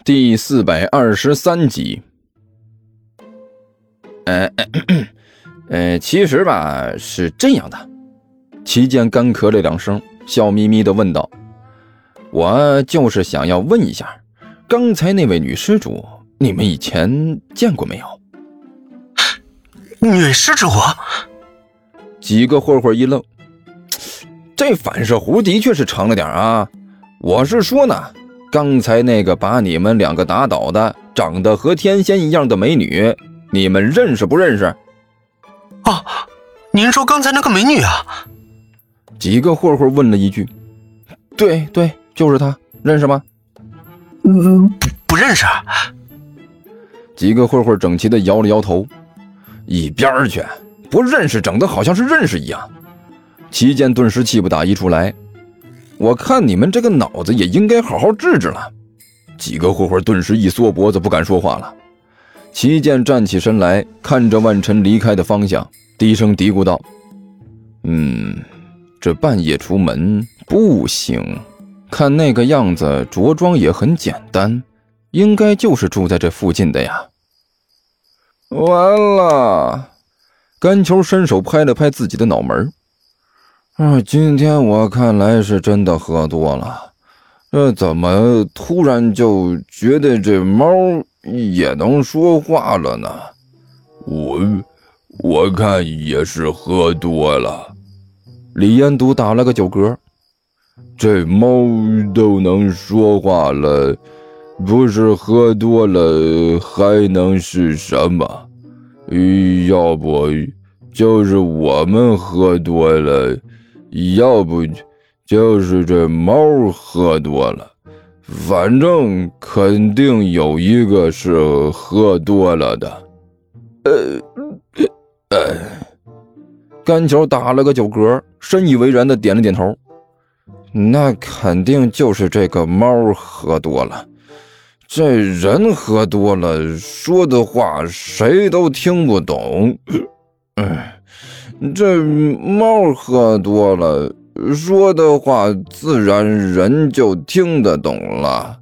第423集。其实吧，是这样的。齐健干咳了2声，笑眯眯地问道：“我就是想要问一下，刚才那位女施主，你们以前见过没有？” 女施主？ 几个混混一愣，这反射弧的确是长了点啊。我是说呢，刚才那个把你们2个打倒的，长得和天仙一样的美女，你们认识不认识？ 哦，您说刚才那个美女啊？ 几个混混问了一句。对，就是她，认识吗？ 不认识。 几个混混整齐地摇了摇头。一边去，不认识整得好像是认识一样。齐健顿时气不打一处来，我看你们这个脑子也应该好好治治了。几个混混顿时一缩脖子，不敢说话了。齐健站起身来，看着万晨离开的方向，低声嘀咕道：这半夜出门不行，看那个样子着装也很简单，应该就是住在这附近的呀。完了，甘球伸手拍了拍自己的脑门。今天我看来是真的喝多了，怎么突然就觉得这猫也能说话了呢？我看也是喝多了。李彦都打了个酒嗝。这猫都能说话了，不是喝多了还能是什么？要不就是我们喝多了，要不就是这猫喝多了，反正肯定有一个是喝多了的。甘球打了个酒嗝，深以为然地点了点头。那肯定就是这个猫喝多了，这人喝多了说的话谁都听不懂。这猫喝多了说的话自然人就听得懂了。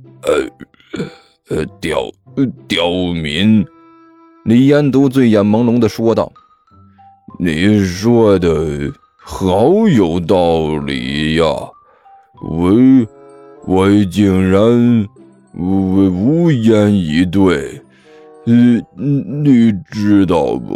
刁民，李彦都醉眼朦胧地说道：“你说的好有道理呀，我竟然无言以对。你知道不？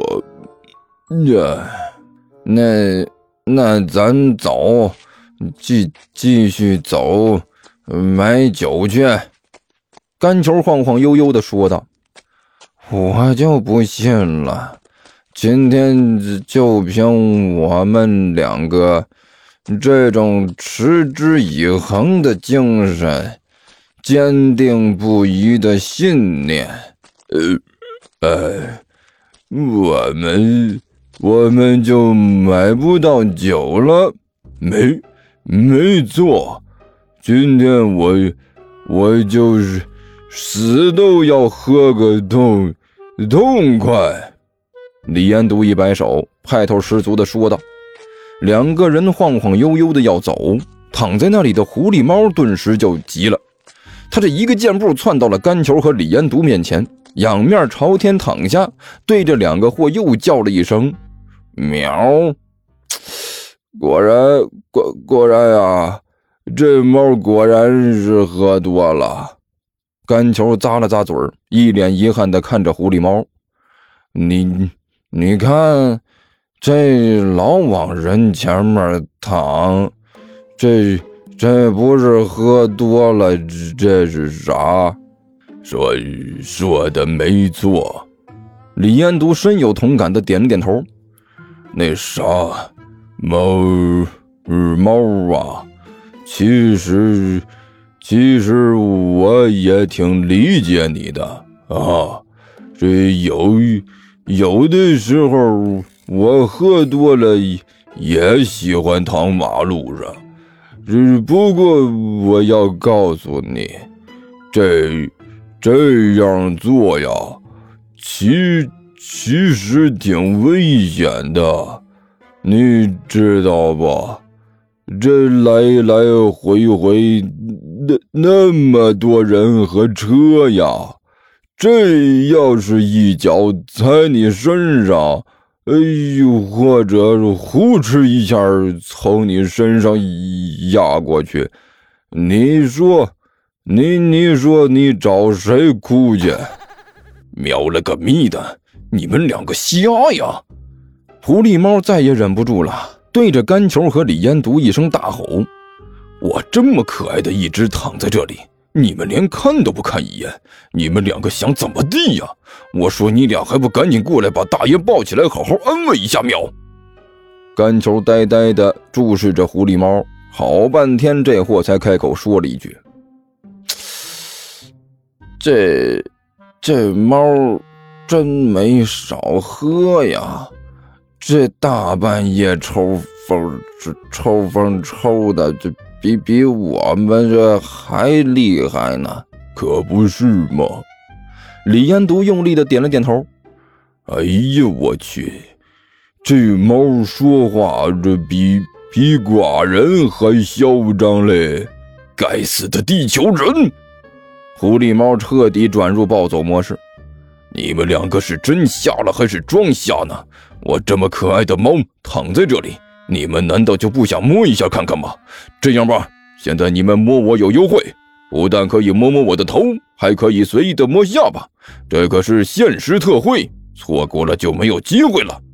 那咱走，继续走，买酒去。”甘球晃晃悠悠地说道：“我就不信了，今天就凭我们2个这种持之以恒的精神，坚定不移的信念，我们就买不到酒了。没错，今天我就是死都要喝个痛快。”李彦都一摆手，派头十足地说道。2个人晃晃悠悠地要走，躺在那里的狐狸猫顿时就急了。他这一个箭步窜到了甘球和李彦都面前，仰面朝天躺下，对着2个货又叫了一声喵。果然啊，这猫果然是喝多了。甘球咂了咂嘴，一脸遗憾地看着狐狸猫。你看，这老往人前面躺，这不是喝多了，这是啥？说的没错。李彦都深有同感地点了点头。那啥，猫啊，其实我也挺理解你的啊。这有的时候我喝多了也喜欢躺马路上，不过我要告诉你，这样做呀，其实挺危险的，你知道吧？这来回那么多人和车呀，这要是一脚踩你身上，或者呼哧一下从你身上压过去，你说你找谁哭去？ 喵了个咪的，你们两个瞎呀！ 狐狸猫再也忍不住了，对着干球和李彦独一声大吼： 我这么可爱的一只躺在这里，你们连看都不看一眼，你们两个想怎么地呀？我说你俩还不赶紧过来把大爷抱起来好好安慰一下喵！ 干球呆呆地注视着狐狸猫，好半天这货才开口说了一句：这猫真没少喝呀，这大半夜抽风抽的，这比我们这还厉害呢， 可不是吗？ 李彦独用力地点了点头。 哎呀，我去，这猫说话这比寡人还嚣张嘞！该死的地球人！ 狐狸猫彻底转入暴走模式。 你们两个是真瞎了还是装瞎呢？我这么可爱的猫躺在这里，你们难道就不想摸一下看看吗？这样吧，现在你们摸我有优惠，不但可以摸摸我的头，还可以随意的摸下巴，这可是限时特惠，错过了就没有机会了。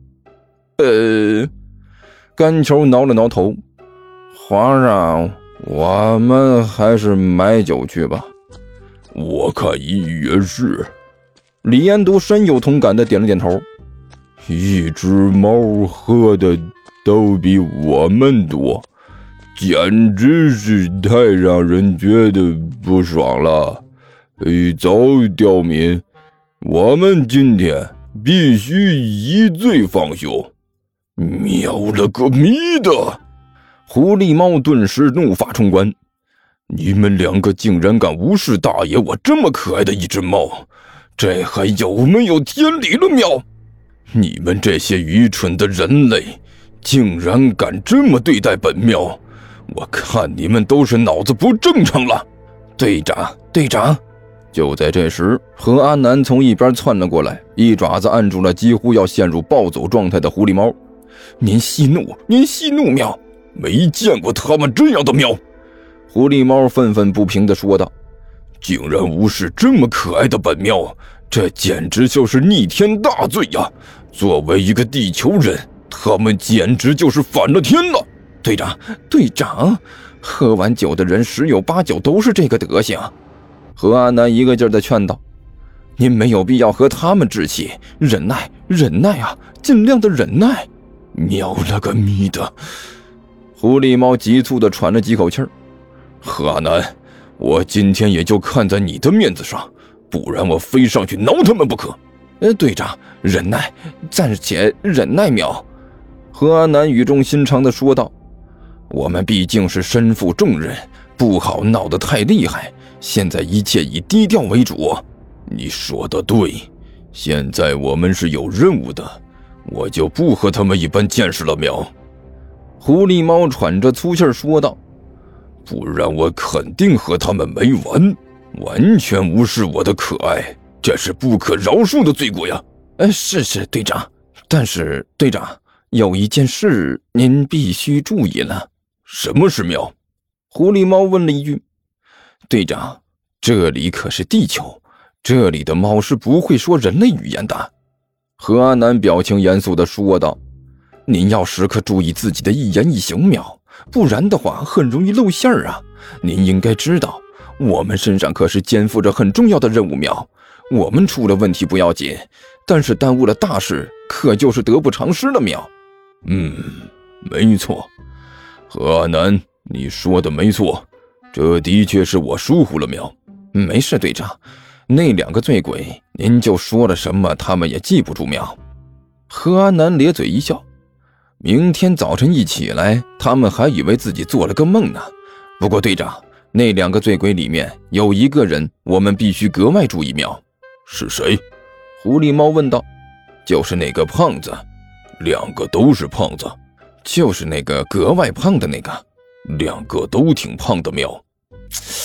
干球挠了挠头，皇上，我们还是买酒去吧。 我看也是。 李彦独深有同感的点了点头。 一只猫喝的都比我们多，简直是太让人觉得不爽了。走，刁民，我们今天必须以罪放凶。喵了个咪的！ 狐狸猫顿时怒发冲冠。 你们两个竟然敢无视大爷我这么可爱的一只猫，这还有没有天理了喵？你们这些愚蠢的人类，竟然敢这么对待本喵！我看你们都是脑子不正常了。 队长！就在这时，何阿南从一边窜了过来，一爪子按住了几乎要陷入暴走状态的狐狸猫。 您息怒喵！没见过他们这样的喵！ 狐狸猫愤愤不平地说道： 竟然无视这么可爱的本喵，这简直就是逆天大罪呀！作为一个地球人，他们简直就是反了天了。 队长，喝完酒的人十有八九都是这个德行。何阿南一个劲儿地劝道：您没有必要和他们置气，忍耐啊，尽量的忍耐。 喵了个咪的！ 狐狸猫急促地喘了几口气儿。 何阿南，我今天也就看在你的面子上，不然我非上去挠他们不可。 队长，忍耐，暂且忍耐喵。何阿南语重心长地说道：我们毕竟是身负重任，不好闹得太厉害，现在一切以低调为主。 你说的对，现在我们是有任务的，我就不和他们一般见识了喵。 狐狸猫喘着粗气说道： 不然我肯定和他们没完，完全无视我的可爱，这是不可饶恕的罪过呀！ 是队长，但是队长，有一件事您必须注意了。 什么事喵？ 狐狸猫问了一句。队长，这里可是地球，这里的猫是不会说人类语言的。何阿南表情严肃地说道：您要时刻注意自己的一言一行喵，不然的话很容易露馅儿啊！您应该知道，我们身上可是肩负着很重要的任务喵。我们出了问题不要紧，但是耽误了大事，可就是得不偿失了喵。 没错，何阿南，你说的没错，这的确是我疏忽了喵。 没事，队长，那两个醉鬼，您就说了什么，他们也记不住喵。何阿南咧嘴一笑，明天早晨一起来，他们还以为自己做了个梦呢。不过队长，那两个醉鬼里面有一个人，我们必须格外注意喵。 是谁？ 狐狸猫问道。 就是那个胖子。两个都是胖子？ 就是那个格外胖的那个。 两个都挺胖的喵。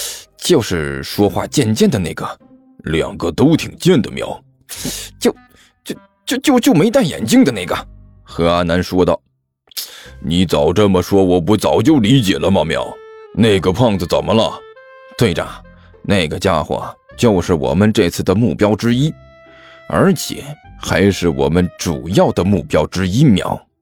就是说话贱贱的那个。 两个都挺贱的苗。 就没戴眼镜的那个。 何阿南说道。你早这么说，我不早就理解了吗？苗，那个胖子怎么了？ 队长，那个家伙就是我们这次的目标之一，而且还是我们主要的目标之一。苗。